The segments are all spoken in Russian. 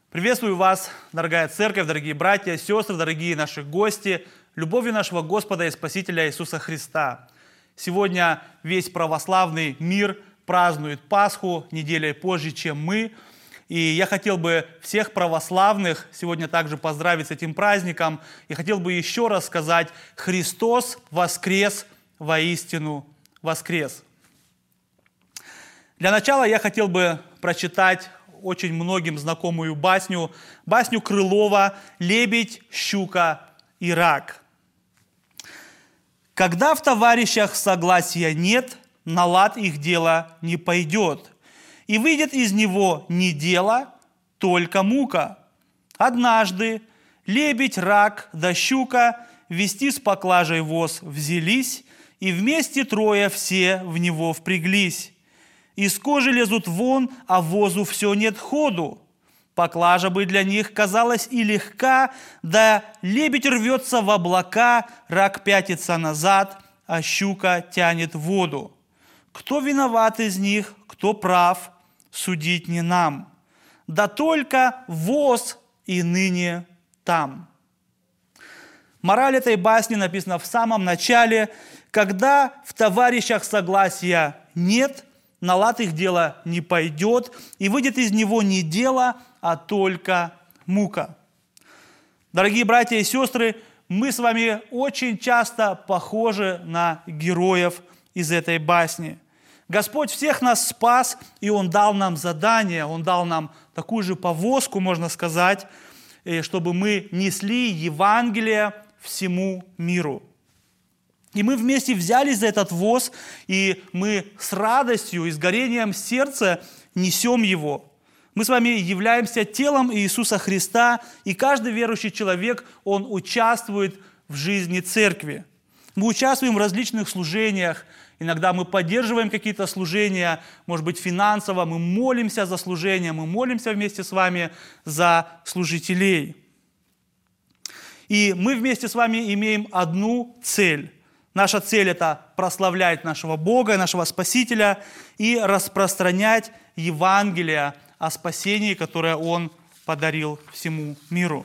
Приветствую вас, дорогая церковь, дорогие братья, сестры, дорогие наши гости, любовью нашего Господа и Спасителя Иисуса Христа. Сегодня весь православный мир празднует Пасху неделей позже, чем мы. И я хотел бы всех православных сегодня также поздравить с этим праздником. И хотел бы еще раз сказать: Христос воскрес, воистину воскрес. Для начала я хотел бы прочитать очень многим знакомую басню Крылова «Лебедь, щука и рак». «Когда в товарищах согласия нет, на лад их дело не пойдет, и выйдет из него не дело, только мука. Однажды лебедь, рак да щука вести с поклажей воз взялись, и вместе трое все в него впряглись. Из кожи лезут вон, а возу все нет ходу. Поклажа бы для них казалась и легка, да лебедь рвется в облака, рак пятится назад, а щука тянет воду. Кто виноват из них, кто прав, судить не нам. Да только воз и ныне там». Мораль этой басни написана в самом начале: когда в товарищах согласия нет, на лад их дело не пойдет, и выйдет из него не дело, а только мука. Дорогие братья и сестры, мы с вами очень часто похожи на героев из этой басни. Господь всех нас спас, и Он дал нам задание, Он дал нам такую же повозку, можно сказать, чтобы мы несли Евангелие всему миру. И мы вместе взялись за этот воз, и мы с радостью и с горением сердца несем его. Мы с вами являемся телом Иисуса Христа, и каждый верующий человек, он участвует в жизни церкви. Мы участвуем в различных служениях. Иногда мы поддерживаем какие-то служения, может быть, финансово, мы молимся за служение, мы молимся вместе с вами за служителей. И мы вместе с вами имеем одну цель. Наша цель – это прославлять нашего Бога, нашего Спасителя и распространять Евангелие о спасении, которое Он подарил всему миру.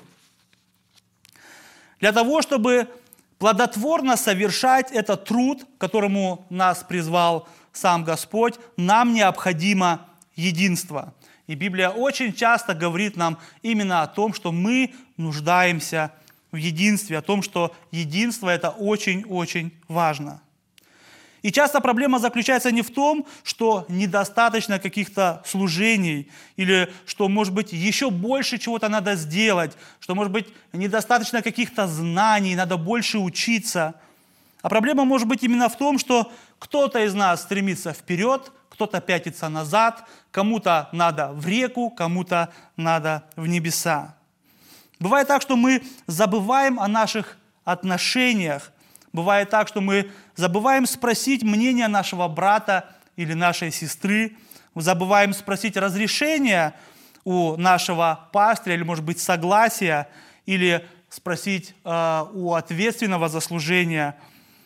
Для того, чтобы плодотворно совершать этот труд, к которому нас призвал сам Господь, нам необходимо единство. И Библия очень часто говорит нам именно о том, что мы нуждаемся в единстве, о том, что единство – это очень-очень важно. И часто проблема заключается не в том, что недостаточно каких-то служений, или что, может быть, еще больше чего-то надо сделать, что, может быть, недостаточно каких-то знаний, надо больше учиться. А проблема может быть именно в том, что кто-то из нас стремится вперед, кто-то пятится назад, кому-то надо в реку, кому-то надо в небеса. Бывает так, что мы забываем о наших отношениях. Бывает так, что мы забываем спросить мнение нашего брата или нашей сестры. Мы забываем спросить разрешения у нашего пастыря, или, может быть, согласия, или спросить у ответственного за служение.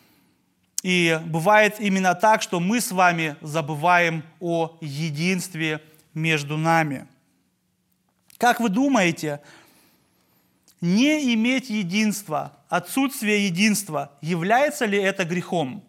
И бывает именно так, что мы с вами забываем о единстве между нами. Как вы думаете, не иметь единства, отсутствие единства, является ли это грехом?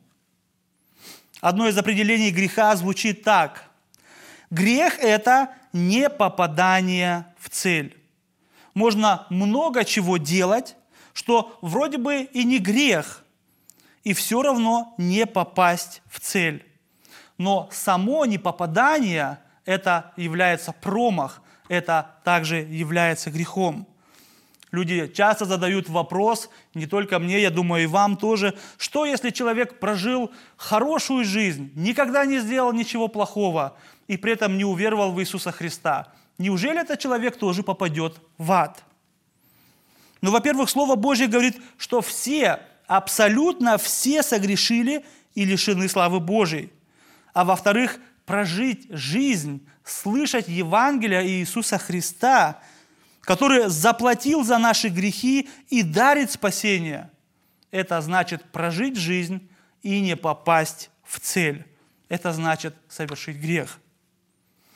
Одно из определений греха звучит так: грех – это не попадание в цель. Можно много чего делать, что вроде бы и не грех, и все равно не попасть в цель. Но само непопадание – это является промах, это также является грехом. Люди часто задают вопрос, не только мне, я думаю, и вам тоже: что если человек прожил хорошую жизнь, никогда не сделал ничего плохого и при этом не уверовал в Иисуса Христа? Неужели этот человек тоже попадет в ад? Ну, во-первых, Слово Божье говорит, что все, абсолютно все согрешили и лишены славы Божией. А во-вторых, прожить жизнь, слышать Евангелие Иисуса Христа, который заплатил за наши грехи и дарит спасение. Это значит прожить жизнь и не попасть в цель. Это значит совершить грех.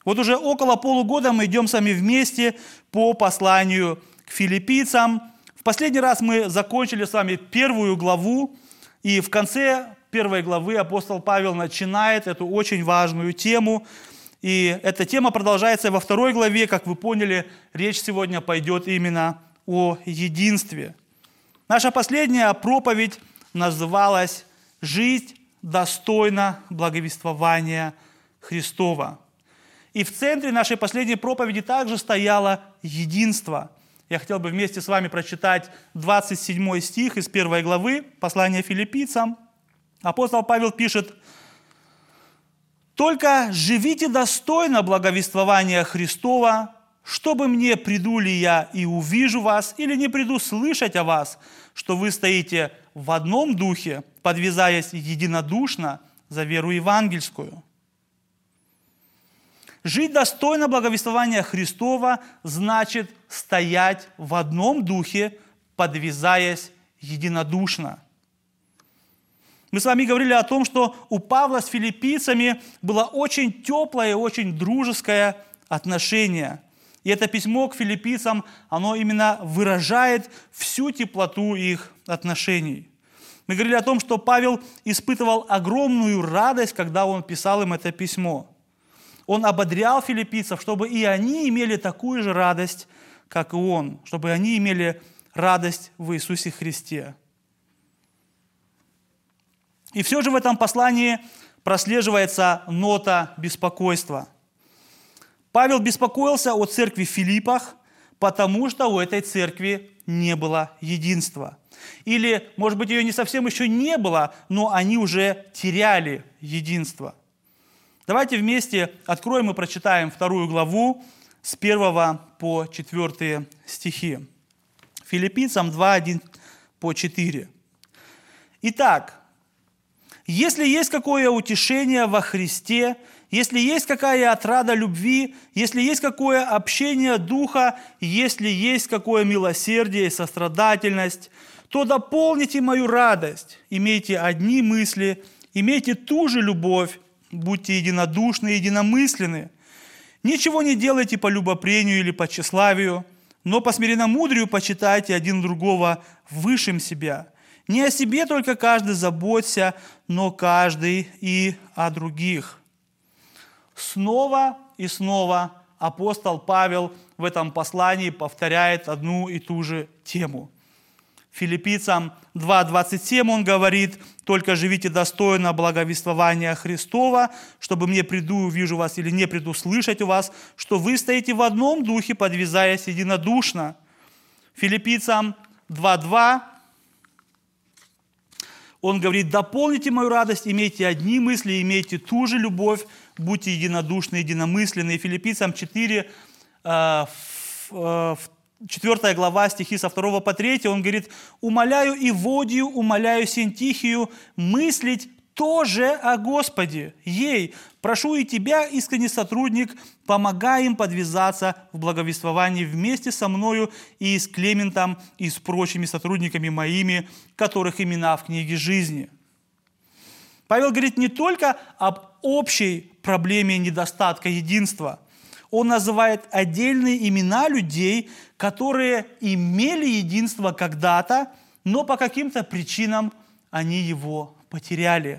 Вот уже около полугода мы идем с вами вместе по посланию к филиппийцам. В последний раз мы закончили с вами 1 главу, и в конце 1 главы апостол Павел начинает эту очень важную тему. И эта тема продолжается во 2 главе. Как вы поняли, речь сегодня пойдет именно о единстве. Наша последняя проповедь называлась «Жизнь достойна благовествования Христова». И в центре нашей последней проповеди также стояло единство. Я хотел бы вместе с вами прочитать 27 стих из 1 главы послания филиппийцам. Апостол Павел пишет: «Только живите достойно благовествования Христова, чтобы мне, приду ли я и увижу вас, или не приду слышать о вас, что вы стоите в одном духе, подвязаясь единодушно за веру евангельскую». Жить достойно благовествования Христова значит стоять в одном духе, подвязаясь единодушно. Мы с вами говорили о том, что у Павла с филиппийцами было очень теплое и очень дружеское отношение. И это письмо к филиппийцам, оно именно выражает всю теплоту их отношений. Мы говорили о том, что Павел испытывал огромную радость, когда он писал им это письмо. Он ободрял филиппийцев, чтобы и они имели такую же радость, как и он, чтобы они имели радость в Иисусе Христе. И все же в этом послании прослеживается нота беспокойства. Павел беспокоился о церкви в Филиппах, потому что у этой церкви не было единства. Или, может быть, ее не совсем еще не было, но они уже теряли единство. Давайте вместе откроем и прочитаем 2 главу с 1 по 4 стихи. Филиппийцам 2, 1 по 4. «Итак, если есть какое утешение во Христе, если есть какая отрада любви, если есть какое общение духа, если есть какое милосердие и сострадательность, то дополните мою радость, имейте одни мысли, имейте ту же любовь, будьте единодушны и единомысленны. Ничего не делайте по любопрению или по тщеславию, но по смиренномудрию почитайте один другого высшим себя. Не о себе только каждый заботься, но каждый и о других». Снова и снова апостол Павел в этом послании повторяет одну и ту же тему. Филиппийцам 2:27 он говорит: «Только живите достойно благовествования Христова, чтобы мне приду и увижу вас, или не приду слышать у вас, что вы стоите в одном духе, подвязаясь единодушно». Филиппийцам 2:2 он говорит: «Дополните мою радость, имейте одни мысли, имейте ту же любовь, будьте единодушны, единомысленны». И Филиппийцам 4, 4 глава, стихи со 2 по 3, он говорит: «Умоляю Иводию, умоляю Синтихию мыслить тоже о Господе. Ей, прошу и тебя, искренний сотрудник, помогай им подвязаться в благовествовании вместе со мною и с Клементом, и с прочими сотрудниками моими, которых имена в книге жизни». Павел говорит не только об общей проблеме недостатка единства. Он называет отдельные имена людей, которые имели единство когда-то, но по каким-то причинам они его потеряли.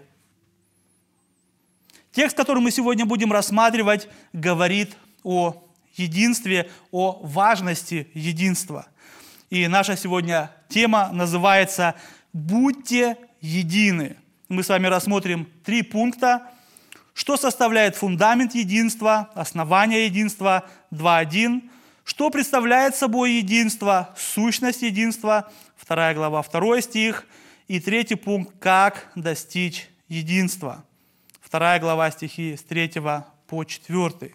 Текст, который мы сегодня будем рассматривать, говорит о единстве, о важности единства. И наша сегодня тема называется «Будьте едины». Мы с вами рассмотрим 3 пункта. Что составляет фундамент единства, основание единства, 2.1. Что представляет собой единство, сущность единства, 2 глава, 2 стих. И 3 пункт, как достичь единства. 2 глава, стихи с 3 по 4.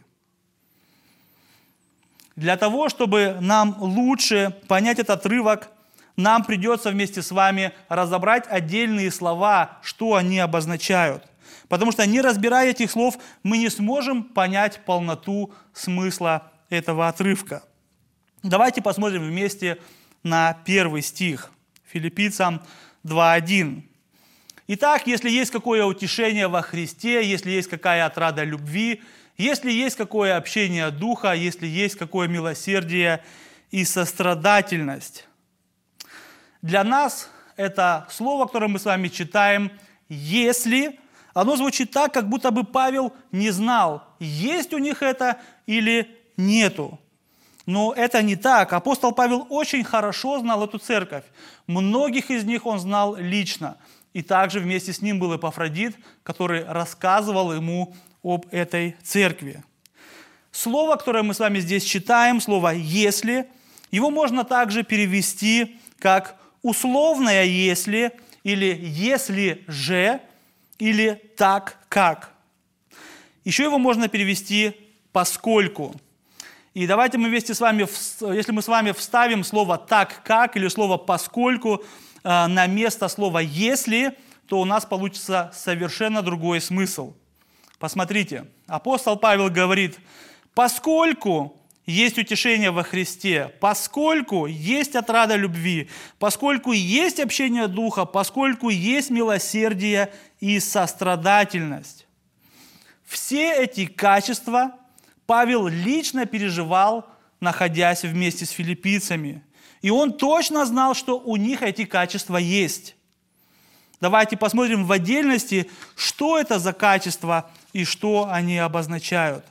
Для того, чтобы нам лучше понять этот отрывок, нам придется вместе с вами разобрать отдельные слова, что они обозначают. Потому что, не разбирая этих слов, мы не сможем понять полноту смысла этого отрывка. Давайте посмотрим вместе на 1 стих. Филиппийцам 2.1. «Итак, если есть какое утешение во Христе, если есть какая отрада любви, Если есть какое общение Духа, если есть какое милосердие и сострадательность. Для нас это слово, которое мы с вами читаем, «если», оно звучит так, как будто бы Павел не знал, есть у них это или нету. Но это не так. Апостол Павел очень хорошо знал эту церковь. Многих из них он знал лично. И также вместе с ним был Эпафродит, который рассказывал ему об этой церкви. Слово, которое мы с вами здесь читаем, слово «если», его можно также перевести как условное «если» или «если же», или «так как». Еще его можно перевести «поскольку». И давайте мы вместе с вами, если мы с вами вставим слово «так как» или слово «поскольку» на место слова «если», то у нас получится совершенно другой смысл. Посмотрите, апостол Павел говорит: «Поскольку есть утешение во Христе, поскольку есть отрада любви, поскольку есть общение Духа, поскольку есть милосердие и сострадательность». Все эти качества Павел лично переживал, находясь вместе с филиппийцами. И он точно знал, что у них эти качества есть. Давайте посмотрим в отдельности, что это за качества и что они обозначают.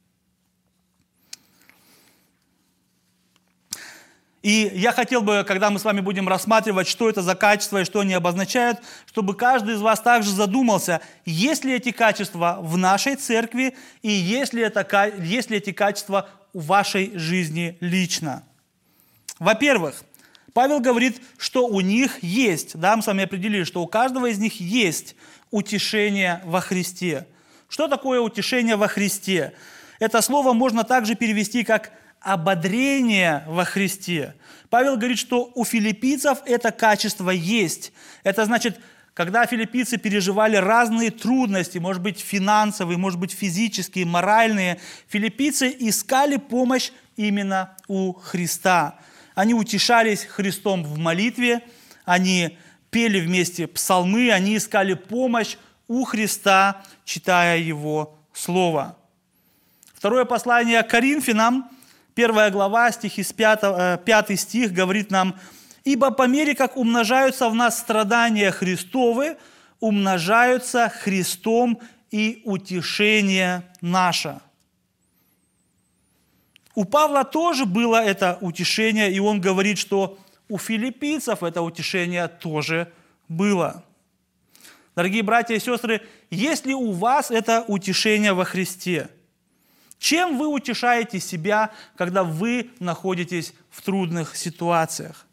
И я хотел бы, когда мы с вами будем рассматривать, что это за качества и что они обозначают, чтобы каждый из вас также задумался, есть ли эти качества в нашей церкви и есть ли эти качества в вашей жизни лично. Во-первых, Павел говорит, что у них есть, да, мы с вами определили, что у каждого из них есть утешение во Христе. Что такое утешение во Христе? Это слово можно также перевести как ободрение во Христе. Павел говорит, что у филиппийцев это качество есть. Это значит, когда филиппийцы переживали разные трудности, может быть, финансовые, может быть, физические, моральные, филиппийцы искали помощь именно у Христа. Они утешались Христом в молитве, они пели вместе псалмы, они искали помощь у Христа, читая Его Слово. Второе послание к Коринфянам, 1 глава, стихи с 5 стих говорит нам: «Ибо по мере, как умножаются в нас страдания Христовы, умножаются Христом и утешение наше». У Павла тоже было это утешение, и он говорит, что у филиппийцев это утешение тоже было. Дорогие братья и сестры, есть ли у вас это утешение во Христе? Чем вы утешаете себя, когда вы находитесь в трудных ситуациях?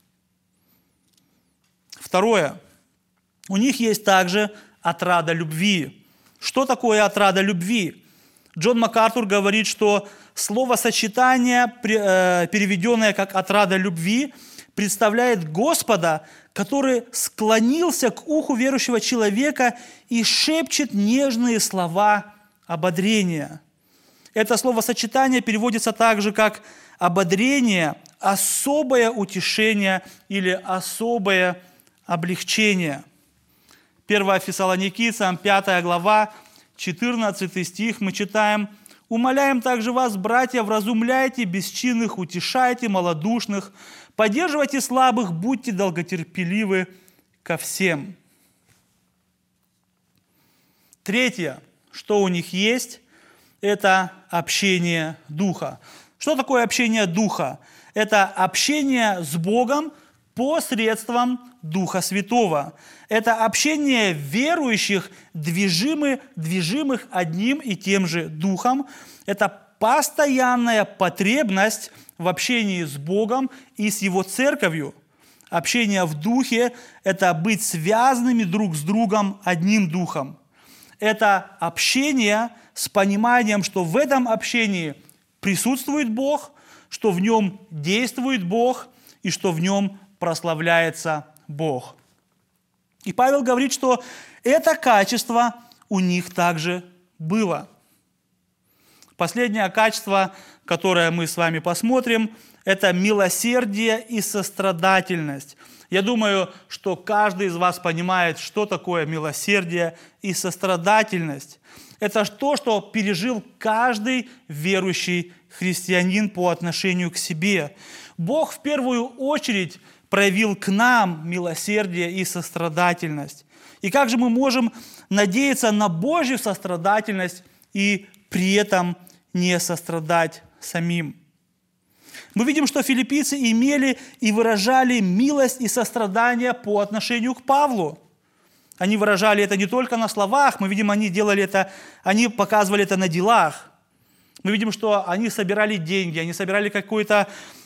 Второе. У них есть также отрада любви. Что такое отрада любви? Джон МакАртур говорит, что словосочетание, переведенное как «отрада любви», представляет Господа, который склонился к уху верующего человека и шепчет нежные слова ободрения. Это словосочетание переводится также как ободрение, особое утешение или особое облегчение. 1 Фессалоникийцам, 5 глава, 14 стих мы читаем: «Умоляем также вас, братья, вразумляйте бесчинных, утешайте малодушных, поддерживайте слабых, будьте долготерпеливы ко всем». Третье, что у них есть, это общение Духа. Что такое общение Духа? Это общение с Богом посредством Духа Святого. Это общение верующих, движимых одним и тем же Духом. Это постоянная потребность в общении с Богом и с Его Церковью. Общение в Духе – это быть связанными друг с другом одним Духом. Это общение с пониманием, что в этом общении присутствует Бог, что в нем действует Бог и что в нем прославляется Бог. И Павел говорит, что это качество у них также было. Последнее качество, которое мы с вами посмотрим, это милосердие и сострадательность. Я думаю, что каждый из вас понимает, что такое милосердие и сострадательность. Это то, что пережил каждый верующий христианин по отношению к себе. Бог в первую очередь проявил к нам милосердие и сострадательность. И как же мы можем надеяться на Божью сострадательность и при этом не сострадать самим? Мы видим, что филиппийцы имели и выражали милость и сострадание по отношению к Павлу. Они выражали это не только на словах, мы видим, они делали это, они показывали это на делах. Мы видим, что они собирали деньги, они собирали какие-то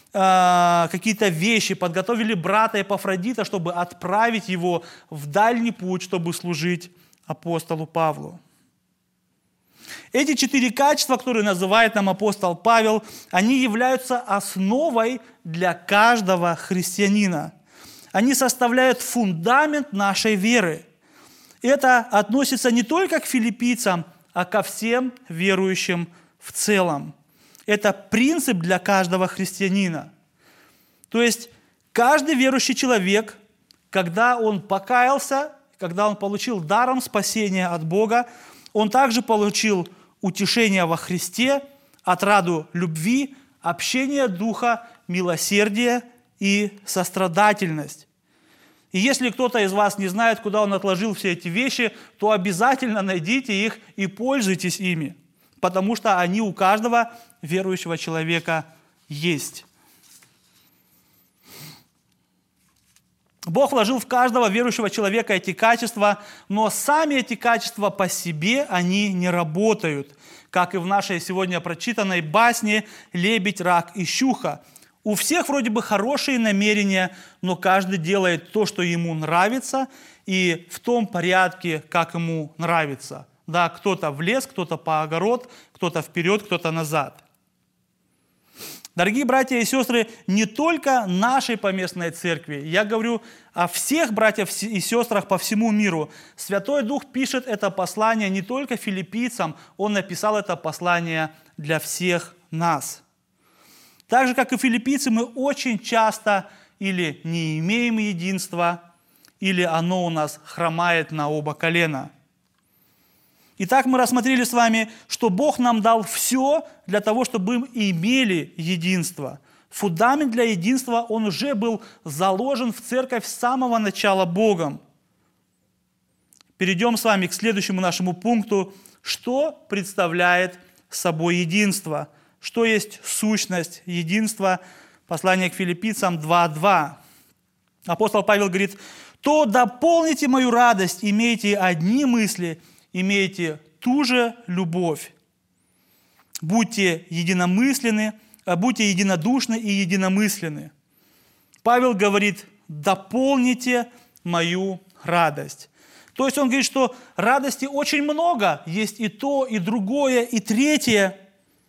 вещи, подготовили брата Эпафродита, чтобы отправить его в дальний путь, чтобы служить апостолу Павлу. Эти 4 качества, которые называет нам апостол Павел, они являются основой для каждого христианина. Они составляют фундамент нашей веры. Это относится не только к филиппийцам, а ко всем верующим в целом. Это принцип для каждого христианина. То есть каждый верующий человек, когда он покаялся, когда он получил даром спасения от Бога, он также получил утешение во Христе, отраду любви, общение Духа, милосердие и сострадательность. И если кто-то из вас не знает, куда он отложил все эти вещи, то обязательно найдите их и пользуйтесь ими, потому что они у каждого верующего человека есть. Бог вложил в каждого верующего человека эти качества, но сами эти качества по себе, они не работают, как и в нашей сегодня прочитанной басне «Лебедь, рак и щука». У всех вроде бы хорошие намерения, но каждый делает то, что ему нравится, и в том порядке, как ему нравится. Да, кто-то в лес, кто-то по огород, кто-то вперед, кто-то назад. Дорогие братья и сестры, не только нашей поместной церкви, я говорю о всех братьях и сестрах по всему миру. Святой Дух пишет это послание не только филиппийцам, Он написал это послание для всех нас. Так же, как и филиппийцы, мы очень часто или не имеем единства, или оно у нас хромает на оба колена. Итак, мы рассмотрели с вами, что Бог нам дал все для того, чтобы мы имели единство. Фундамент для единства, он уже был заложен в церковь с самого начала Богом. Перейдем с вами к следующему нашему пункту. Что представляет собой единство? Что есть сущность единства? Послание к филиппийцам 2:2. Апостол Павел говорит: «То дополните мою радость, имейте одни мысли, имейте ту же любовь. Будьте единомысленны, будьте единодушны и единомысленны». Павел говорит: дополните мою радость. То есть он говорит, что радости очень много, есть и то, и другое, и третье,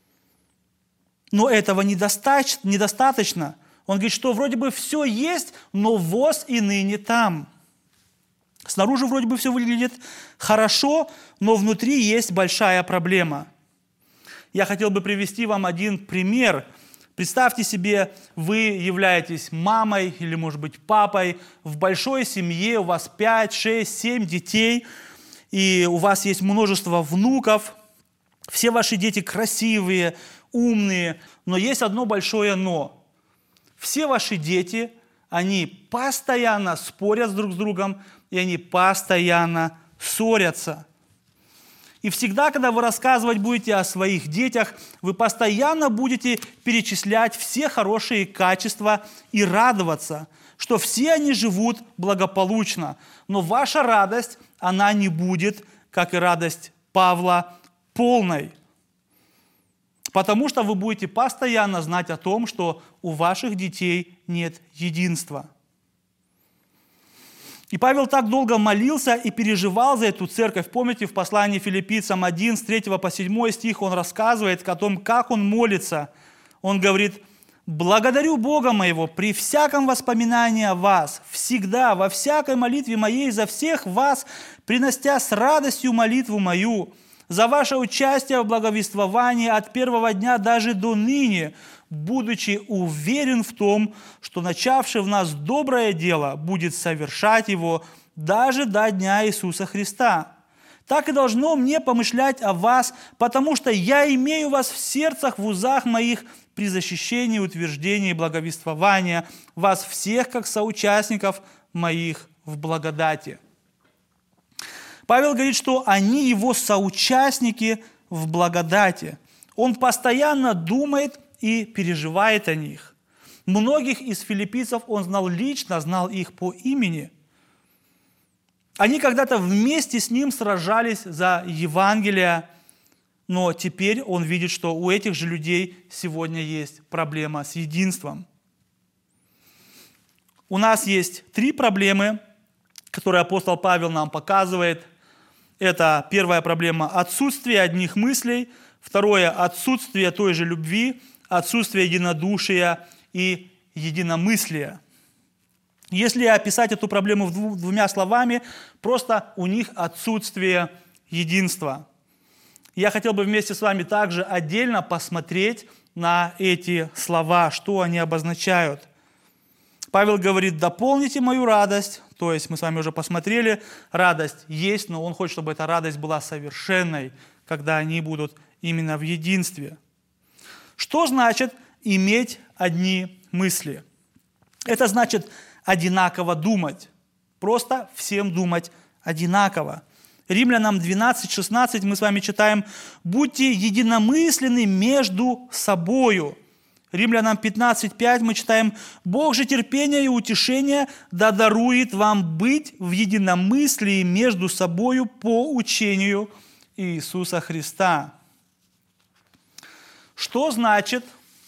но этого недостаточно. Он говорит, что вроде бы все есть, но воз и ныне там. Снаружи вроде бы все выглядит хорошо, но внутри есть большая проблема. Я хотел бы привести вам один пример. Представьте себе, вы являетесь мамой или, может быть, папой в большой семье, у вас 5, 6, 7 детей, и у вас есть множество внуков. Все ваши дети красивые, умные, но есть одно большое «но». Все ваши дети, они постоянно спорят друг с другом, и они постоянно ссорятся. И всегда, когда вы рассказывать будете о своих детях, вы постоянно будете перечислять все хорошие качества и радоваться, что все они живут благополучно. Но ваша радость, она не будет, как и радость Павла, полной. Потому что вы будете постоянно знать о том, что у ваших детей нет единства. И Павел так долго молился и переживал за эту церковь. Помните, в послании Филиппийцам 1, с 3 по 7 стих он рассказывает о том, как он молится. Он говорит: «Благодарю Бога моего при всяком воспоминании о вас, всегда, во всякой молитве моей за всех вас, принося с радостью молитву мою, за ваше участие в благовествовании от первого дня даже до ныне, будучи уверен в том, что начавший в нас доброе дело будет совершать его даже до дня Иисуса Христа. так и должно мне помышлять о вас, потому что я имею вас в сердцах, в узах моих, при защищении, утверждении, благовествования вас всех, как соучастников моих в благодати». Павел говорит, что они его соучастники в благодати. Он постоянно думает и переживает о них. Многих из филиппийцев он знал лично, знал их по имени. Они когда-то вместе с ним сражались за Евангелие, но теперь он видит, что у этих же людей сегодня есть проблема с единством. У нас есть 3 проблемы, которые апостол Павел нам показывает. Это первая проблема – отсутствие одних мыслей, второе – отсутствие той же любви, отсутствие единодушия и единомыслия. Если описать эту проблему двумя словами, просто у них отсутствие единства. Я хотел бы вместе с вами также отдельно посмотреть на эти слова, что они обозначают. Павел говорит: «Дополните мою радость». То есть мы с вами уже посмотрели, радость есть, но он хочет, чтобы эта радость была совершенной, когда они будут именно в единстве. Что значит иметь одни мысли? Это значит одинаково думать. Просто всем думать одинаково. Римлянам 12:16 мы с вами читаем: «Будьте единомысленны между собою». Римлянам 15:5 мы читаем: «Бог же терпения и утешения да дарует вам быть в единомыслии между собою по учению Иисуса Христа». Что значит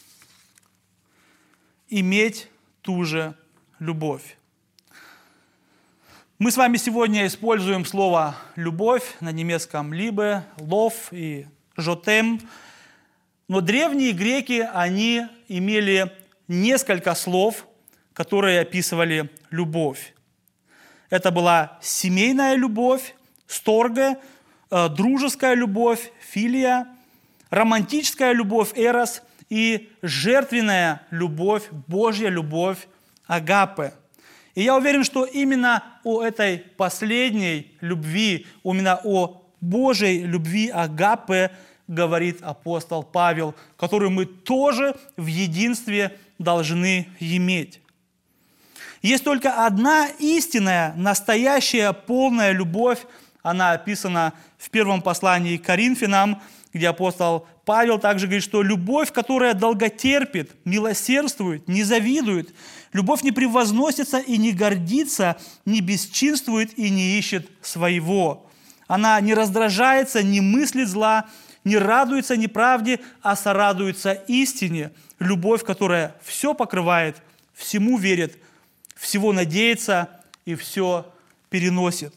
иметь ту же любовь? Мы с вами сегодня используем слово «любовь», на немецком «liebe», «love» и «jotem». Но древние греки, они имели несколько слов, которые описывали любовь. Это была семейная любовь, сторге, дружеская любовь, филия, романтическая любовь, эрос, и жертвенная любовь, Божья любовь, агапе. И я уверен, что именно о этой последней любви, именно о Божьей любви, агапе, говорит апостол Павел, которую мы тоже в единстве должны иметь. Есть только одна истинная, настоящая, полная любовь. Она описана в первом послании к Коринфянам, где апостол Павел также говорит, что любовь, которая долготерпит, милосердствует, не завидует, любовь не превозносится и не гордится, не бесчинствует и не ищет своего. Она не раздражается, не мыслит зла, не радуется неправде, а сорадуется истине. Любовь, которая все покрывает, всему верит, всего надеется и все переносит.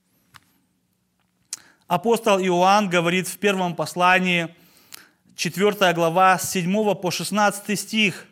Апостол Иоанн говорит в первом послании, 4 глава, с 7 по 16 стих: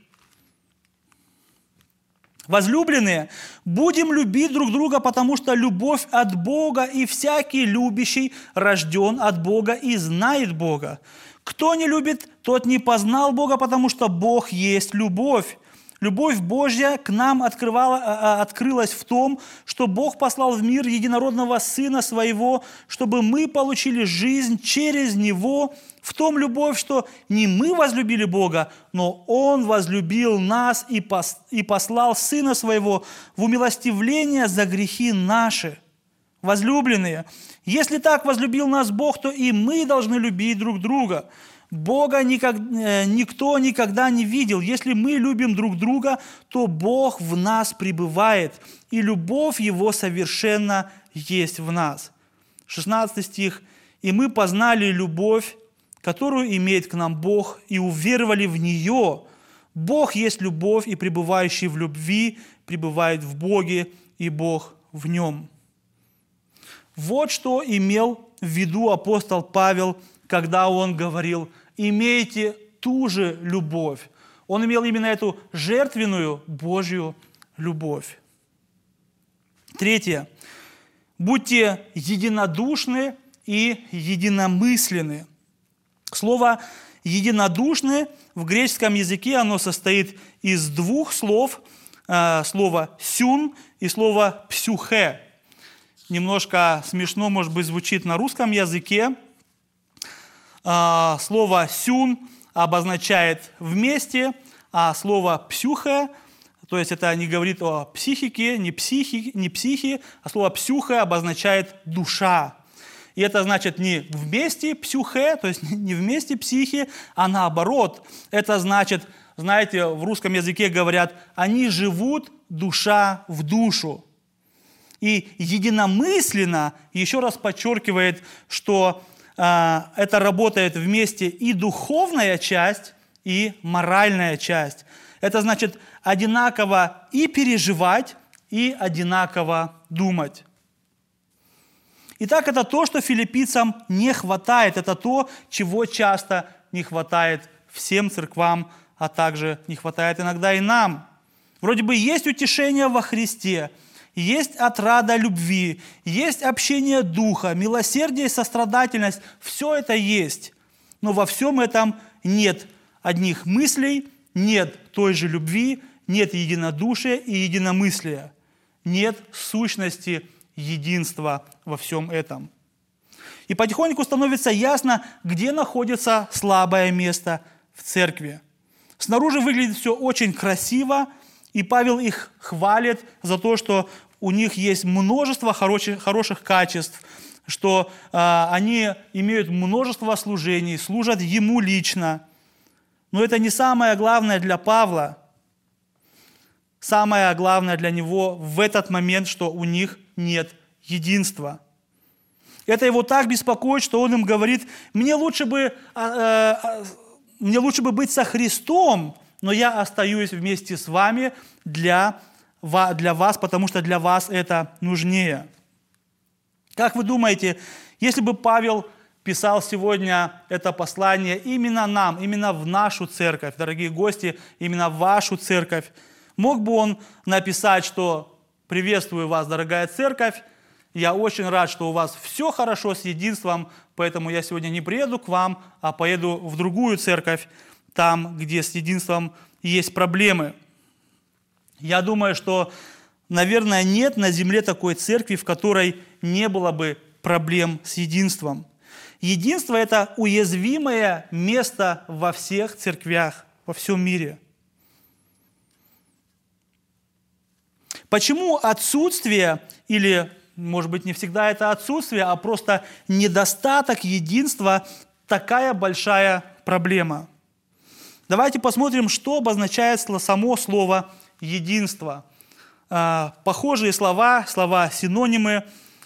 «Возлюбленные, будем любить друг друга, потому что любовь от Бога, и всякий любящий рожден от Бога и знает Бога. Кто не любит, тот не познал Бога, потому что Бог есть любовь. Любовь Божья к нам открылась в том, что Бог послал в мир единородного Сына Своего, чтобы мы получили жизнь через Него. В том любовь, что не мы возлюбили Бога, но Он возлюбил нас и послал Сына Своего в умилостивление за грехи наши. Возлюбленные, если так возлюбил нас Бог, то и мы должны любить друг друга. Бога никто никогда не видел. Если мы любим друг друга, то Бог в нас пребывает, и любовь Его совершенно есть в нас». 16 стих. «И мы познали любовь, которую имеет к нам Бог, и уверовали в нее. Бог есть любовь, и пребывающий в любви пребывает в Боге, и Бог в нем». Вот что имел в виду апостол Павел, когда он говорил: «Имейте ту же любовь». Он имел именно эту жертвенную Божью любовь. 3. Будьте единодушны и единомысленны. Слово «единодушны» в греческом языке оно состоит из 2 слов. Слово «сюн» и слово «псюхе». немножко смешно, может быть, звучит на русском языке. Слово «сюн» обозначает «вместе», а слово «псюхе», то есть это не говорит о психике, не психи, а слово «псюхе» обозначает «душа». И это значит не вместе псюхе, то есть не вместе психи, а наоборот. Это значит, знаете, в русском языке говорят, они живут душа в душу. И единомысленно еще раз подчеркивает, что это работает вместе и духовная часть, и моральная часть. Это значит одинаково и переживать, и одинаково думать. Итак, это то, что филиппийцам не хватает. Это то, чего часто не хватает всем церквам, а также не хватает иногда и нам. Вроде бы есть утешение во Христе, есть отрада любви, есть общение духа, милосердие и сострадательность. Все это есть. Но во всем этом нет одних мыслей, нет той же любви, нет единодушия и единомыслия. Нет сущности единства во всем этом. И потихоньку становится ясно, где находится слабое место в церкви. Снаружи выглядит все очень красиво, и Павел их хвалит за то, что у них есть множество хороших качеств, что они имеют множество служений, служат ему лично. Но это не самое главное для Павла. Самое главное для него в этот момент, что у них нет единства. Это его так беспокоит, что он им говорит, мне лучше бы быть со Христом, но я остаюсь вместе с вами для вас, потому что для вас это нужнее. Как вы думаете, если бы Павел писал сегодня это послание именно нам, именно в нашу церковь, дорогие гости, именно в вашу церковь, мог бы он написать, что «Приветствую вас, дорогая церковь, я очень рад, что у вас все хорошо с единством, поэтому я сегодня не приеду к вам, а поеду в другую церковь, там, где с единством есть проблемы». Я думаю, что, наверное, нет на земле такой церкви, в которой не было бы проблем с единством. Единство – это уязвимое место во всех церквях, во всем мире. Почему отсутствие, или, может быть, не всегда это отсутствие, а просто недостаток единства – такая большая проблема? Давайте посмотрим, что обозначает само слово «единство». Похожие слова синонимы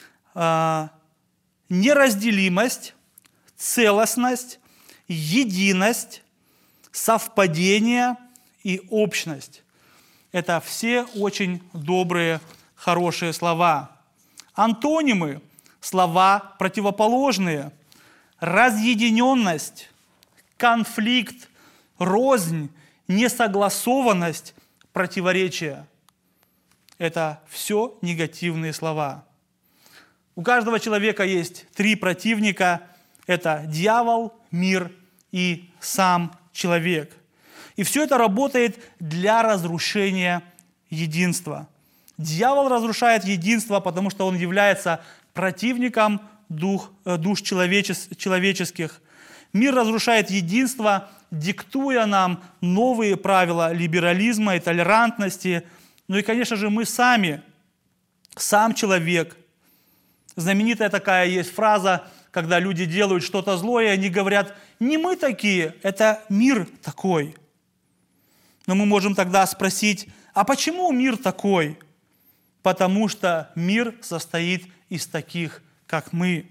– неразделимость, целостность, единость, совпадение и общность. Это все очень добрые, хорошие слова. Антонимы – слова противоположные. Разъединенность, конфликт, рознь, несогласованность, противоречие. Это все негативные слова. У каждого человека есть 3 противника. Это дьявол, мир и сам человек. И все это работает для разрушения единства. Дьявол разрушает единство, потому что он является противником душ человеческих. Мир разрушает единство, диктуя нам новые правила либерализма и толерантности. Ну и, конечно же, мы сами, сам человек. Знаменитая такая есть фраза, когда люди делают что-то злое, они говорят, не мы такие, это мир такой. Но мы можем тогда спросить, а почему мир такой? Потому что мир состоит из таких, как мы.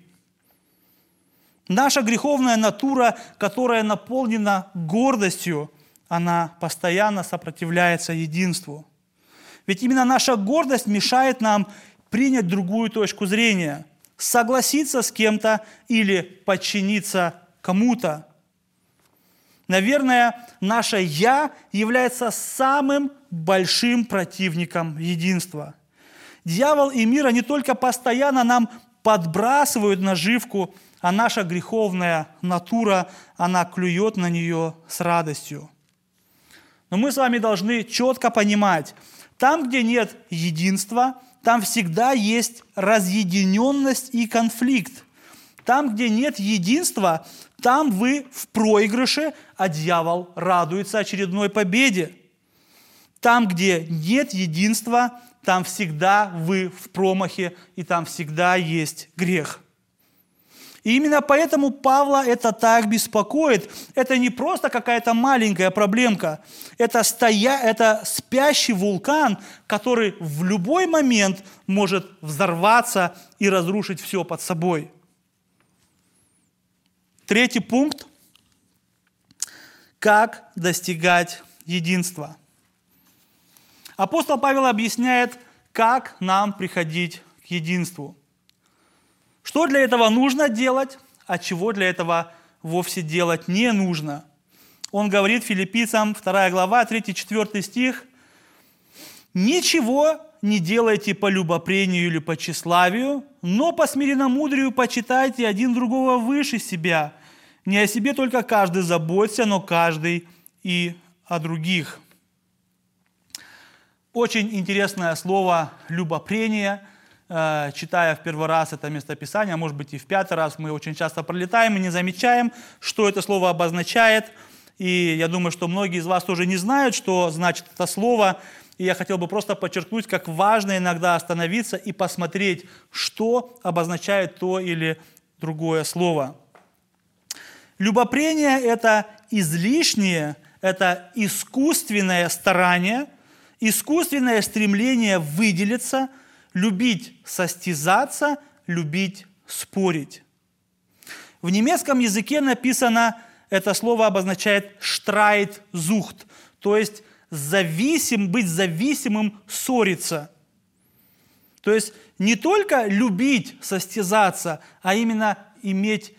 Наша греховная натура, которая наполнена гордостью, она постоянно сопротивляется единству. Ведь именно наша гордость мешает нам принять другую точку зрения, согласиться с кем-то или подчиниться кому-то. Наверное, наше «я» является самым большим противником единства. Дьявол и мир, они только постоянно нам подбрасывают наживку, а наша греховная натура, она клюет на нее с радостью. Но мы с вами должны четко понимать, Там, где нет единства, там всегда есть разъединенность и конфликт. Там, где нет единства, там вы в проигрыше, а дьявол радуется очередной победе. Там, где нет единства, там всегда вы в промахе, и там всегда есть грех. И именно поэтому Павла это так беспокоит. Это не просто какая-то маленькая проблемка. Это спящий вулкан, который в любой момент может взорваться и разрушить все под собой. Третий пункт. Как достигать единства? Апостол Павел объясняет, как нам приходить к единству. Что для этого нужно делать, а чего для этого вовсе делать не нужно. Он говорит Филиппийцам, 2 глава, 3-4 стих: «Ничего не делайте по любопрению или по тщеславию, но по смиренномудрию почитайте один другого выше себя. Не о себе только каждый заботься, но каждый и о других». Очень интересное слово «любопрение». Читая в первый раз это местописание, может быть и в пятый раз, мы очень часто пролетаем и не замечаем, что это слово обозначает. И я думаю, что многие из вас тоже не знают, что значит это слово. И я хотел бы просто подчеркнуть, как важно иногда остановиться и посмотреть, что обозначает то или другое слово. Любопрение – это излишнее, это искусственное старание, искусственное стремление выделиться, любить состязаться, любить спорить. В немецком языке написано, это слово обозначает «Streitsucht», то есть быть зависимым, ссориться. То есть не только любить состязаться, а именно иметь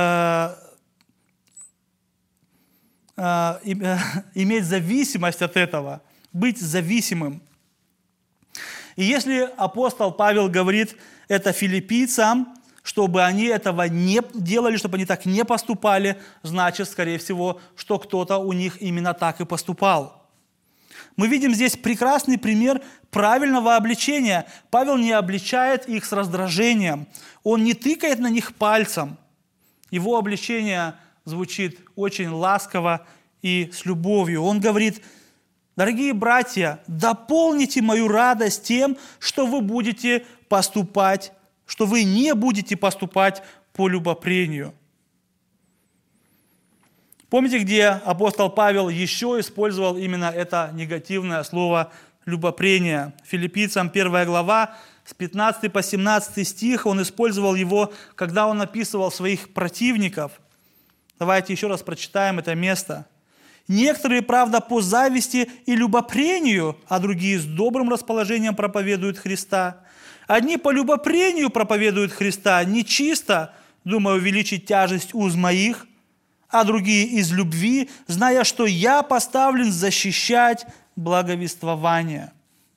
зависимость от этого, быть зависимым. И если апостол Павел говорит это филиппийцам, чтобы они этого не делали, чтобы они так не поступали, значит, скорее всего, что кто-то у них именно так и поступал. Мы видим здесь прекрасный пример правильного обличения. Павел не обличает их с раздражением, он не тыкает на них пальцем. Его обличение звучит очень ласково и с любовью. Он говорит: «Дорогие братья, дополните мою радость тем, что вы будете поступать, что вы не будете поступать по любопрению». Помните, где апостол Павел еще использовал именно это негативное слово «любопрение»? Филиппийцам 1 глава, с 15 по 17 стих, он использовал его, когда он описывал своих противников. Давайте еще раз прочитаем это место. «Некоторые, правда, по зависти и любопрению, а другие с добрым расположением проповедуют Христа. Одни по любопрению проповедуют Христа, нечисто, думая увеличить тяжесть уз моих, а другие из любви, зная, что я поставлен защищать благовествование».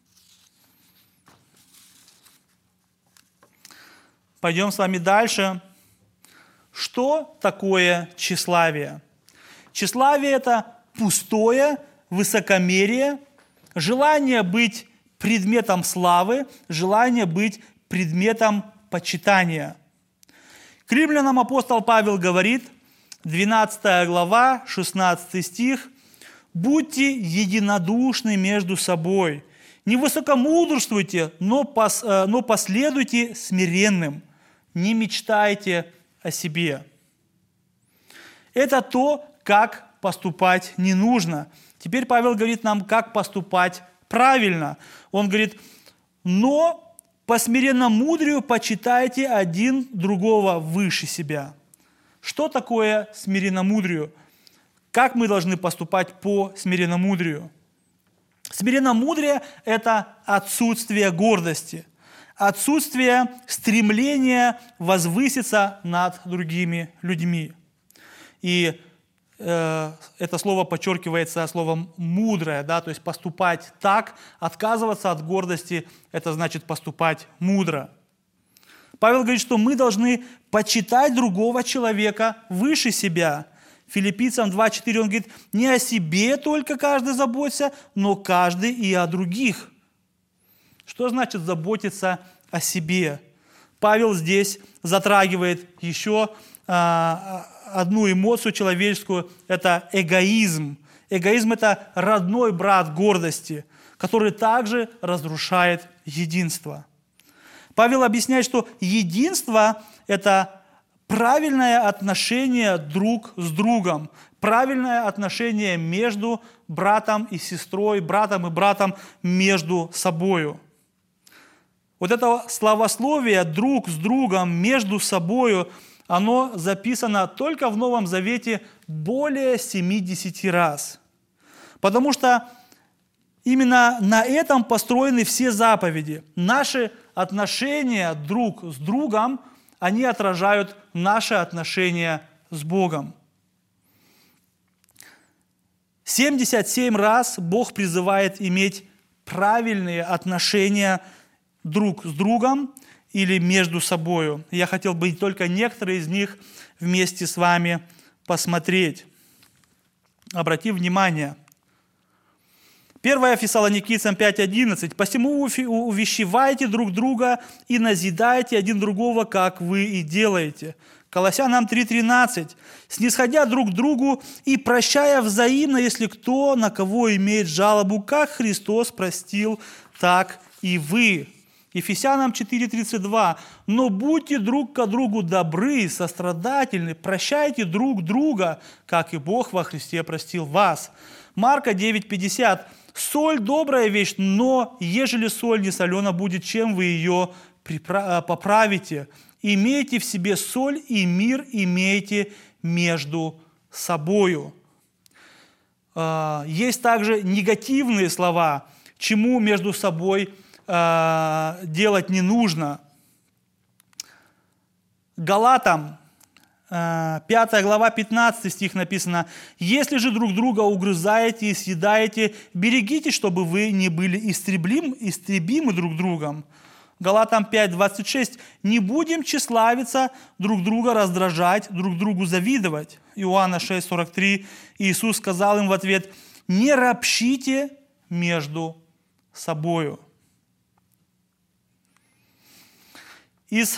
Пойдем с вами дальше. Что такое тщеславие? Тщеславие – это пустое высокомерие, желание быть предметом славы, желание быть предметом почитания. К римлянам апостол Павел говорит, 12 глава, 16 стих: «Будьте единодушны между собой, не высокомудрствуйте, но последуйте смиренным, не мечтайте о себе». Это то, как поступать не нужно. Теперь Павел говорит нам, как поступать правильно. Он говорит: «Но по смиренномудрию почитайте один другого выше себя». Что такое смиренномудрию? Как мы должны поступать по смиренномудрию? Смиренномудрие – это отсутствие гордости, отсутствие стремления возвыситься над другими людьми. И это слово подчеркивается словом «мудрое», да, то есть поступать так, отказываться от гордости – это значит поступать мудро. Павел говорит, что мы должны почитать другого человека выше себя. Филиппийцам 2:4 он говорит: «Не о себе только каждый заботится, но каждый и о других». Что значит заботиться о себе? Павел здесь затрагивает еще одну эмоцию человеческую – это эгоизм. Эгоизм – это родной брат гордости, который также разрушает единство. Павел объясняет, что единство – это правильное отношение друг с другом, правильное отношение между братом и сестрой, братом и братом между собою. Вот это славословие друг с другом, между собою, оно записано только в Новом Завете более 70 раз. Потому что именно на этом построены все заповеди. Наши отношения друг с другом, они отражают наши отношения с Богом. 77 раз Бог призывает иметь правильные отношения друг с другом или между собою. Я хотел бы только некоторые из них вместе с вами посмотреть. Обрати внимание. 1 Фессалоникийцам 5:11. «Посему увещевайте друг друга и назидайте один другого, как вы и делаете». Колоссянам 3:13. «Снисходя друг к другу и прощая взаимно, если кто на кого имеет жалобу, как Христос простил, так и вы». Ефесянам 4:32. «Но будьте друг к другу добры, сострадательны, прощайте друг друга, как и Бог во Христе простил вас». Марка 9:50. «Соль – добрая вещь, но ежели соль не солена будет, чем вы ее поправите? Имейте в себе соль, и мир имейте между собою». Есть также негативные слова, чему между собой делать не нужно. Галатам 5 глава, 15 стих написано: «Если же друг друга угрызаете и съедаете, берегитесь, чтобы вы не были истребимы друг другом». Галатам 5:26. «Не будем тщеславиться, друг друга раздражать, друг другу завидовать». Иоанна 6:43. Иисус сказал им в ответ: «Не ропщите между собою». Из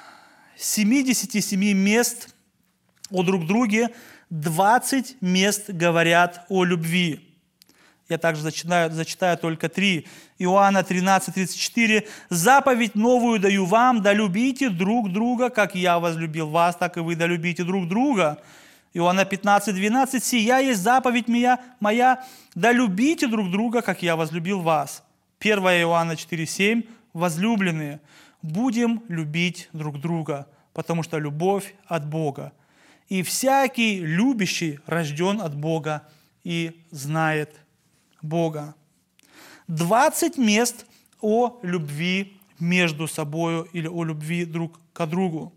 77 мест о друг друге 20 мест говорят о любви. Я также зачитаю только 3. Иоанна 13:34. «Заповедь новую даю вам, да любите друг друга, как я возлюбил вас, так и вы да любите друг друга». Иоанна 15:12. «Сия есть заповедь моя, да любите друг друга, как я возлюбил вас». 1 Иоанна 4:7. «Возлюбленные, будем любить друг друга, потому что любовь от Бога. И всякий любящий рожден от Бога и знает Бога». 20 мест о любви между собой или о любви друг к другу.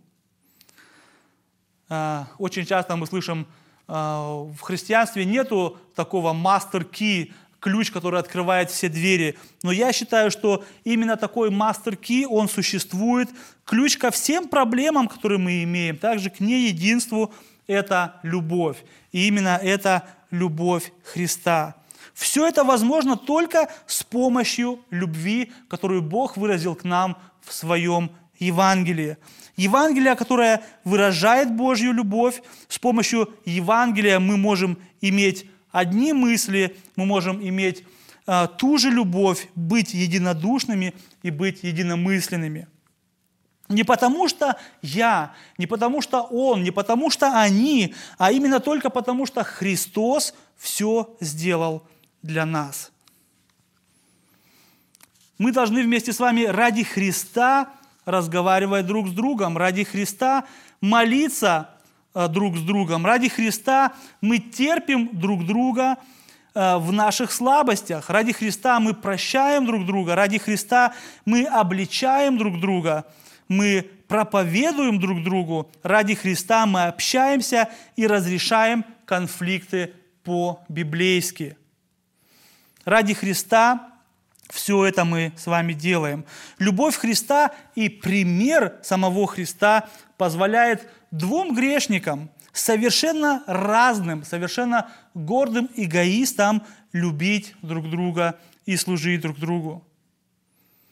Очень часто мы слышим, в христианстве нету такого master-key, ключ, который открывает все двери. Но я считаю, что именно такой master-key, он существует. Ключ ко всем проблемам, которые мы имеем, также к неединству, это любовь. И именно это любовь Христа. Все это возможно только с помощью любви, которую Бог выразил к нам в Своем Евангелии. Евангелие, которое выражает Божью любовь. С помощью Евангелия мы можем иметь одни мысли, мы можем иметь ту же любовь, быть единодушными и быть единомысленными. Не потому что я, не потому что он, не потому что они, а именно только потому что Христос все сделал для нас. Мы должны вместе с вами ради Христа разговаривать друг с другом, ради Христа молиться друг с другом, ради Христа мы терпим друг друга в наших слабостях, ради Христа мы прощаем друг друга, ради Христа мы обличаем друг друга, мы проповедуем друг другу, ради Христа мы общаемся и разрешаем конфликты по-библейски. Ради Христа все это мы с вами делаем. Любовь Христа и пример самого Христа позволяет двум грешникам, совершенно разным, совершенно гордым эгоистам, любить друг друга и служить друг другу.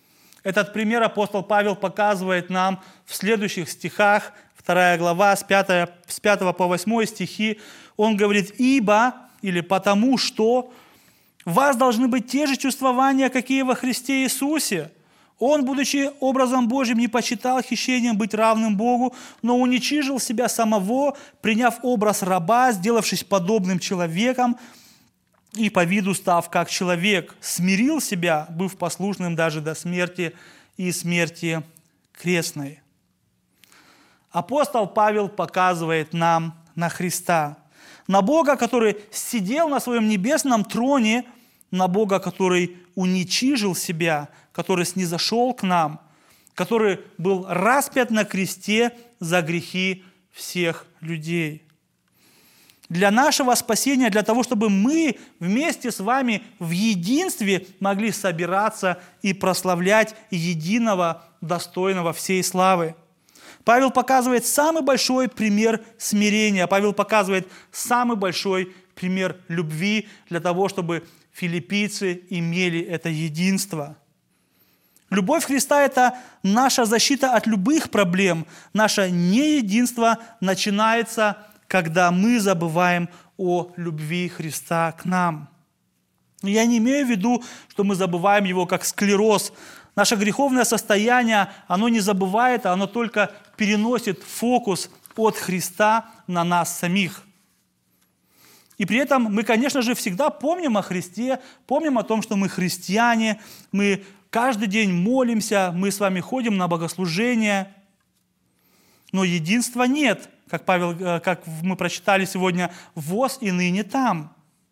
Этот пример апостол Павел показывает нам в следующих стихах, 2 глава, с 5 по 8 стихи. Он говорит: «Ибо» или «потому что» в вас должны быть те же чувствования, какие во Христе Иисусе. Он, будучи образом Божьим, не почитал хищением быть равным Богу, но уничижил себя самого, приняв образ раба, сделавшись подобным человеком, и по виду став как человек, смирил себя, быв послушным даже до смерти и смерти крестной». Апостол Павел показывает нам на Христа, на Бога, который сидел на своем небесном троне, на Бога, который уничижил себя, который снизошел к нам, который был распят на кресте за грехи всех людей. Для нашего спасения, для того, чтобы мы вместе с вами в единстве могли собираться и прославлять единого, достойного всей славы. Павел показывает самый большой пример смирения. Павел показывает самый большой пример любви для того, чтобы филиппийцы имели это единство. Любовь Христа – это наша защита от любых проблем. Наше неединство начинается, когда мы забываем о любви Христа к нам. Я не имею в виду, что мы забываем его как склероз. Наше греховное состояние, оно не забывает, оно только переносит фокус от Христа на нас самих. И при этом мы, конечно же, всегда помним о Христе, помним о том, что мы христиане, мы каждый день молимся, мы с вами ходим на богослужение, но единства нет, как мы прочитали сегодня, «воз и ныне там».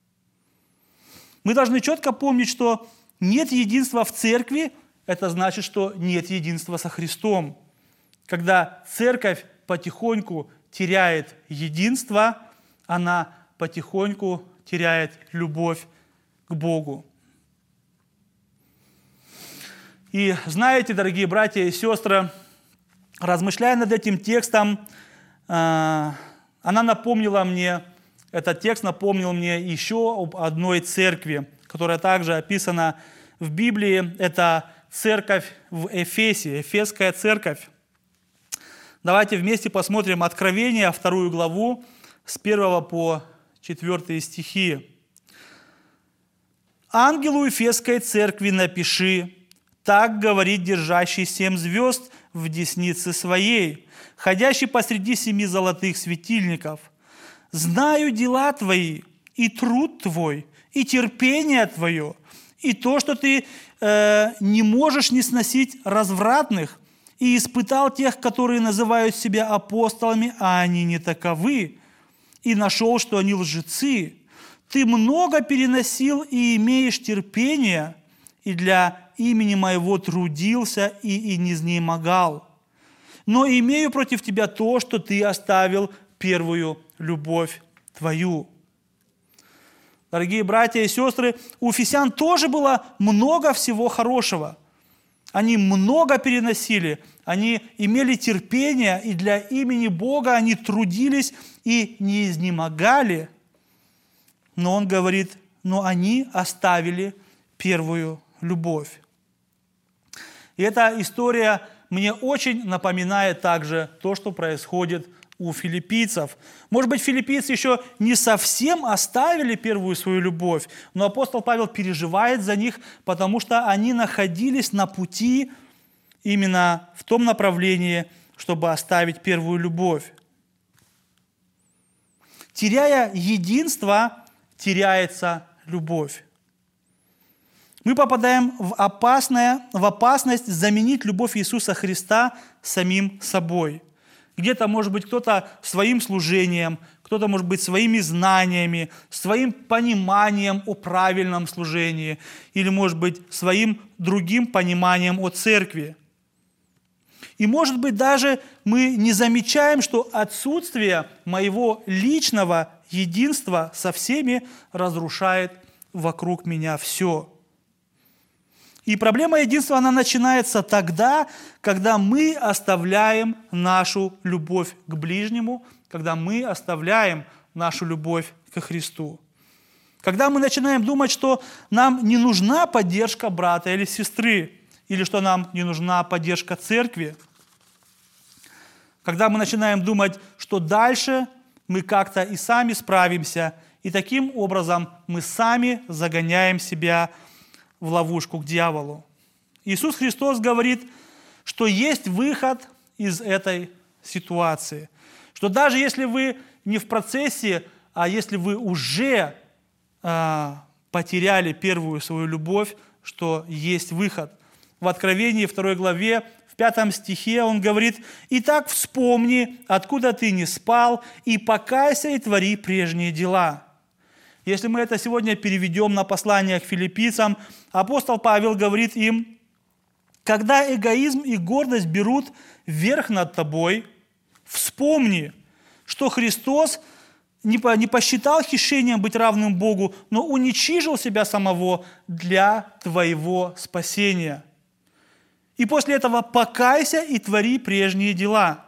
Мы должны четко помнить, что нет единства в церкви, это значит, что нет единства со Христом. Когда церковь потихоньку теряет единство, она потихоньку теряет любовь к Богу. И знаете, дорогие братья и сестры, размышляя над этим текстом, этот текст напомнил мне еще об одной церкви, которая также описана в Библии. Это церковь в Эфесе, Эфесская церковь. Давайте вместе посмотрим Откровение, 2 главу, с 1 по 4 стихи. «Ангелу Эфесской церкви напиши: так говорит держащий 7 звезд в деснице своей, ходящий посреди 7 золотых светильников. Знаю дела твои, и труд твой, и терпение твое, и то, что ты не можешь не сносить развратных, и испытал тех, которые называют себя апостолами, а они не таковы, и нашел, что они лжецы. Ты много переносил и имеешь терпение, и для имени моего трудился и не изнемогал. Но имею против тебя то, что ты оставил первую любовь твою». Дорогие братья и сестры, у Ефесян тоже было много всего хорошего. Они много переносили, они имели терпение, и для имени Бога они трудились и не изнемогали. Но он говорит, но они оставили первую любовь. И эта история мне очень напоминает также то, что происходит у филиппийцев. Может быть, филиппийцы еще не совсем оставили первую свою любовь, но апостол Павел переживает за них, потому что они находились на пути именно в том направлении, чтобы оставить первую любовь. Теряя единство, теряется любовь. Мы попадаем в опасность заменить любовь Иисуса Христа самим собой. Где-то, может быть, кто-то своим служением, кто-то, может быть, своими знаниями, своим пониманием о правильном служении или, может быть, своим другим пониманием о церкви. И, может быть, даже мы не замечаем, что отсутствие моего личного единства со всеми разрушает вокруг меня все. И проблема единства, она начинается тогда, когда мы оставляем нашу любовь к ближнему, когда мы оставляем нашу любовь ко Христу. Когда мы начинаем думать, что нам не нужна поддержка брата или сестры. или что нам не нужна поддержка церкви. Когда мы начинаем думать, что дальше мы как-то и сами справимся, и таким образом мы сами загоняем себя в ловушку к дьяволу. Иисус Христос говорит, что есть выход из этой ситуации. Что даже если вы не в процессе, а если вы уже потеряли первую свою любовь, что есть выход. В Откровении 2 главе, в 5 стихе он говорит: «Итак, вспомни, откуда ты не спал, и покайся, и твори прежние дела». Если мы это сегодня переведем на послание к филиппийцам, апостол Павел говорит им: «Когда эгоизм и гордость берут верх над тобой, вспомни, что Христос не посчитал хищением быть равным Богу, но уничижил себя самого для твоего спасения. И после этого покайся и твори прежние дела.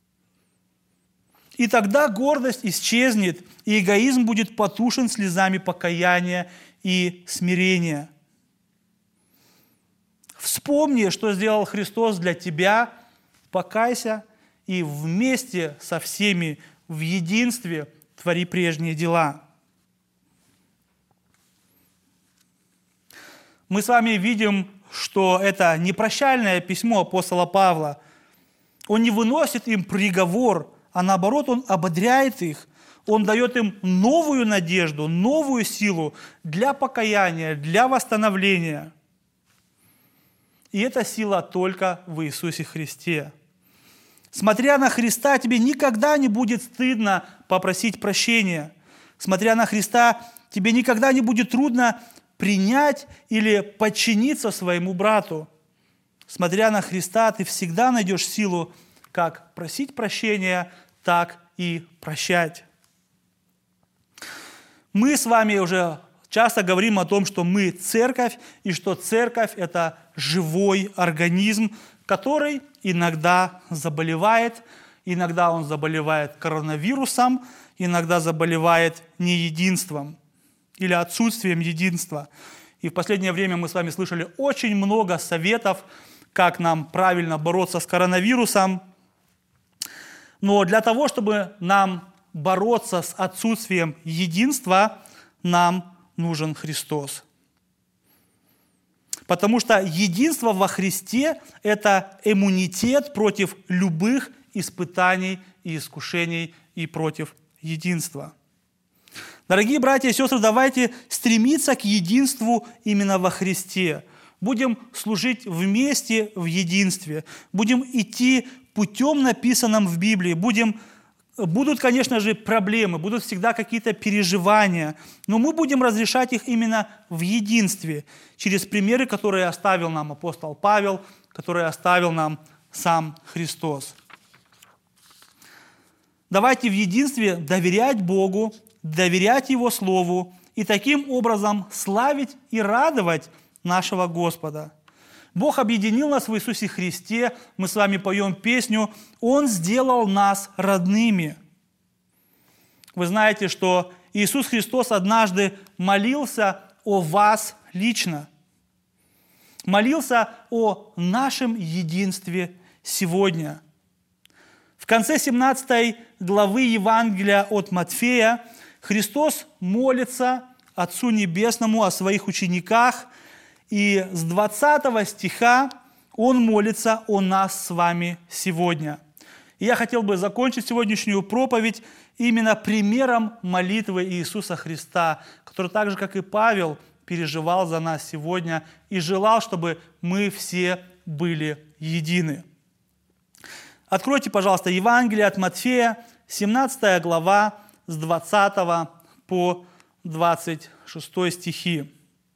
И тогда гордость исчезнет, и эгоизм будет потушен слезами покаяния и смирения». Вспомни, что сделал Христос для тебя, покайся и вместе со всеми в единстве твори прежние дела. Мы с вами видим, что это не прощальное письмо апостола Павла. Он не выносит им приговор, а наоборот, он ободряет их. Он дает им новую надежду, новую силу для покаяния, для восстановления. И эта сила только в Иисусе Христе. Смотря на Христа, тебе никогда не будет стыдно попросить прощения. Смотря на Христа, тебе никогда не будет трудно принять или подчиниться своему брату. Смотря на Христа, ты всегда найдешь силу как просить прощения, так и прощать. Мы с вами уже часто говорим о том, что мы церковь, и что церковь – это живой организм, который иногда заболевает, иногда он заболевает коронавирусом, иногда заболевает неединством или отсутствием единства. И в последнее время мы с вами слышали очень много советов, как нам правильно бороться с коронавирусом. Но для того, чтобы нам бороться с отсутствием единства, нам нужен Христос. Потому что единство во Христе – это иммунитет против любых испытаний и искушений и против единства. Дорогие братья и сестры, давайте стремиться к единству именно во Христе. Будем служить вместе в единстве. Будем идти путем, написанным в Библии. Будут, конечно же, проблемы, будут всегда какие-то переживания, но мы будем разрешать их именно в единстве, через примеры, которые оставил нам апостол Павел, которые оставил нам сам Христос. Давайте в единстве доверять Богу, доверять Его Слову и таким образом славить и радовать нашего Господа. Бог объединил нас в Иисусе Христе, мы с вами поем песню «Он сделал нас родными». Вы знаете, что Иисус Христос однажды молился о вас лично, молился о нашем единстве сегодня. В конце 17 главы Евангелия от Матфея Христос молится Отцу Небесному о своих учениках, и с 20 стиха Он молится о нас с вами сегодня. И я хотел бы закончить сегодняшнюю проповедь именно примером молитвы Иисуса Христа, который так же, как и Павел, переживал за нас сегодня и желал, чтобы мы все были едины. Откройте, пожалуйста, Евангелие от Матфея, 17 глава, с 20 по 26 стихи.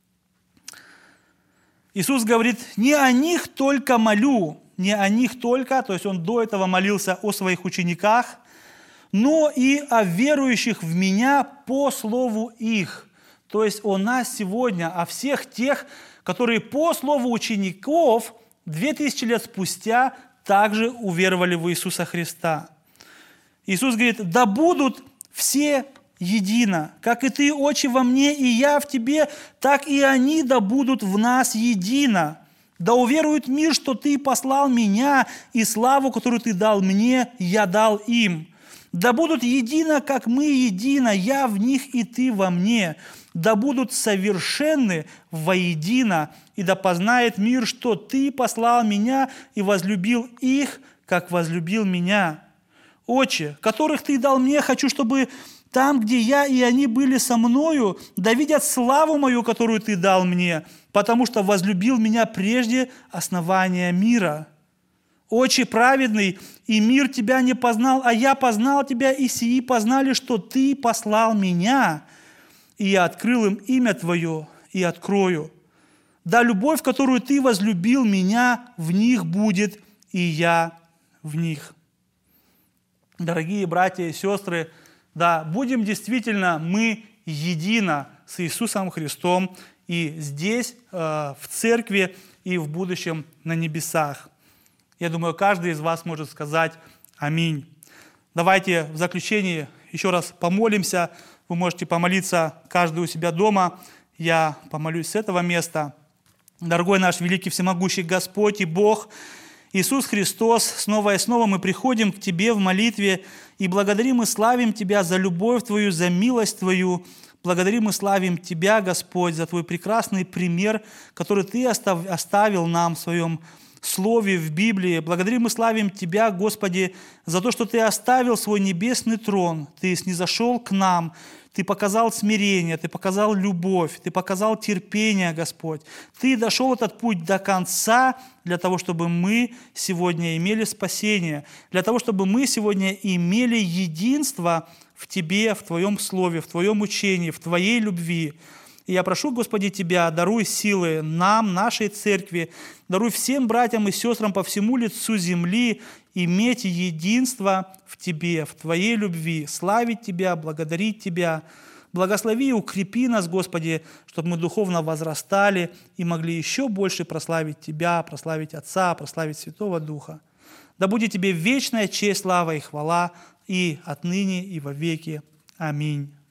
Иисус говорит: «Не о них только молю», не о них только, то есть Он до этого молился о своих учениках, но и о верующих в Меня по слову их. То есть о нас сегодня, о всех тех, которые по слову учеников 2000 лет спустя также уверовали в Иисуса Христа. Иисус говорит: «Да будут все едино, как и ты, Отче, во мне, и я в тебе, так и они да будут в нас едино, Да уверует мир, что Ты послал меня, и славу, которую Ты дал мне, я дал им. Да будут едино, как мы едино, я в них и Ты во мне. Да будут совершенны воедино, и да познает мир, что Ты послал меня и возлюбил их, как возлюбил меня. Отче, которых Ты дал мне, хочу, чтобы там, где я и они были со мною, да видят славу мою, которую Ты дал мне, потому что возлюбил меня прежде основания мира. Отче праведный, и мир Тебя не познал, а я познал Тебя, и сии познали, что Ты послал меня, и я открыл им имя Твое, и открою. Да любовь, которую Ты возлюбил меня, в них будет, и я в них». Дорогие братья и сестры, да, будем действительно мы едино с Иисусом Христом и здесь, в церкви, и в будущем на небесах. Я думаю, каждый из вас может сказать «Аминь». Давайте в заключении еще раз помолимся. Вы можете помолиться каждый у себя дома. Я помолюсь с этого места. Дорогой наш великий всемогущий Господь и Бог, Иисус Христос, снова и снова мы приходим к Тебе в молитве и благодарим и славим Тебя за любовь Твою, за милость Твою. Благодарим и славим Тебя, Господь, за Твой прекрасный пример, который Ты оставил нам в Своем Слове, в Библии. Благодарим и славим Тебя, Господи, за то, что Ты оставил свой небесный трон, Ты снизошел к нам, Ты показал смирение, Ты показал любовь, Ты показал терпение, Господь. Ты дошел этот путь до конца для того, чтобы мы сегодня имели спасение, для того, чтобы мы сегодня имели единство в Тебе, в Твоем Слове, в Твоем учении, в Твоей любви. И я прошу, Господи, Тебя, даруй силы нам, нашей церкви, даруй всем братьям и сестрам по всему лицу земли иметь единство в Тебе, в Твоей любви, славить Тебя, благодарить Тебя. Благослови и укрепи нас, Господи, чтобы мы духовно возрастали и могли еще больше прославить Тебя, прославить Отца, прославить Святого Духа. Да будет Тебе вечная честь, слава и хвала и отныне, и во веки. Аминь.